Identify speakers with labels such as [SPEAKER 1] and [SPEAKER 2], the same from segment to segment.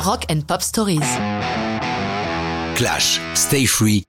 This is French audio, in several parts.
[SPEAKER 1] Rock and Pop Stories.
[SPEAKER 2] Clash, Stay Free,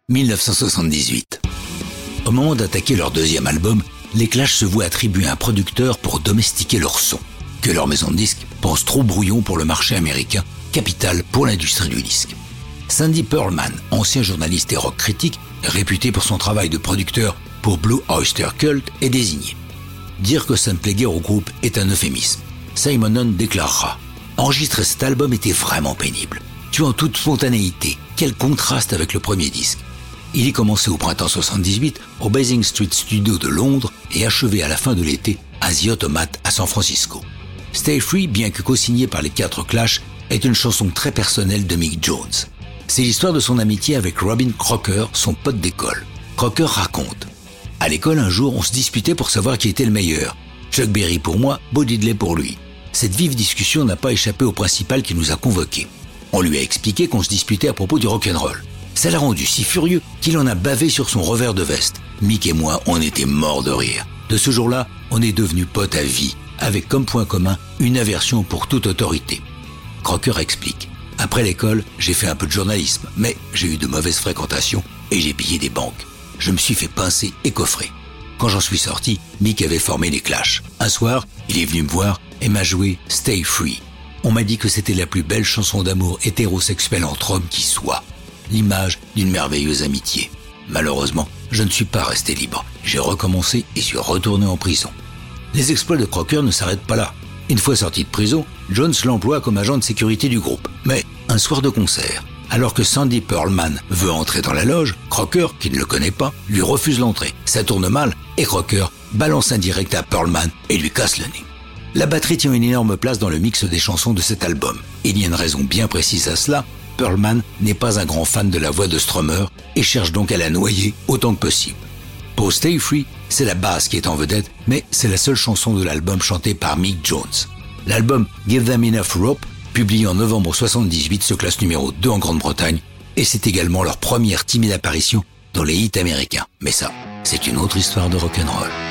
[SPEAKER 2] 1978. Au moment d'attaquer leur deuxième album, les Clash se voient attribuer un producteur pour domestiquer leur son, que leur maison de disques pense trop brouillon pour le marché américain, capital pour l'industrie du disque. Sandy Pearlman, ancien journaliste et rock critique, réputé pour son travail de producteur pour Blue Oyster Cult, est désigné. Dire que ça ne plaît guère au groupe est un euphémisme. Simon Hunn déclarera « Enregistrer cet album était vraiment pénible. Tuant toute spontanéité. Quel contraste avec le premier disque. Il est commencé au printemps 78 au Basing Street Studio de Londres et achevé à la fin de l'été à The Automate à San Francisco. Stay Free, bien que co-signé par les 4 Clash, est une chanson très personnelle de Mick Jones. C'est l'histoire de son amitié avec Robin Crocker, son pote d'école. Crocker raconte « À l'école, un jour, on se disputait pour savoir qui était le meilleur. Chuck Berry pour moi, Bo Diddley pour lui. Cette vive discussion n'a pas échappé au principal qui nous a convoqués. On lui a expliqué qu'on se disputait à propos du rock'n'roll. Ça l'a rendu si furieux qu'il en a bavé sur son revers de veste. Mick et moi, on était morts de rire. De ce jour-là, on est devenus potes à vie, avec comme point commun une aversion pour toute autorité. » Crocker explique. « Après l'école, j'ai fait un peu de journalisme, mais j'ai eu de mauvaises fréquentations et j'ai pillé des banques. Je me suis fait pincer et coffrer. Quand j'en suis sorti, Mick avait formé les Clash. Un soir, il est venu me voir et m'a joué Stay Free. On m'a dit que c'était la plus belle chanson d'amour hétérosexuelle entre hommes qui soit. L'image d'une merveilleuse amitié. Malheureusement, je ne suis pas resté libre. J'ai recommencé et suis retourné en prison. » Les exploits de Crocker ne s'arrêtent pas là. Une fois sorti de prison, Jones l'emploie comme agent de sécurité du groupe. Mais un soir de concert, alors que Sandy Pearlman veut entrer dans la loge, Crocker, qui ne le connaît pas, lui refuse l'entrée. Ça tourne mal et Crocker balance un direct à Pearlman et lui casse le nez. La batterie tient une énorme place dans le mix des chansons de cet album. Il y a une raison bien précise à cela. Pearlman n'est pas un grand fan de la voix de Strummer et cherche donc à la noyer autant que possible. Pour Stay Free, c'est la basse qui est en vedette, mais c'est la seule chanson de l'album chantée par Mick Jones. L'album Give Them Enough Rope, publié en novembre 78, se classe numéro 2 en Grande-Bretagne et c'est également leur première timide apparition dans les hits américains. Mais ça, c'est une autre histoire de rock'n'roll.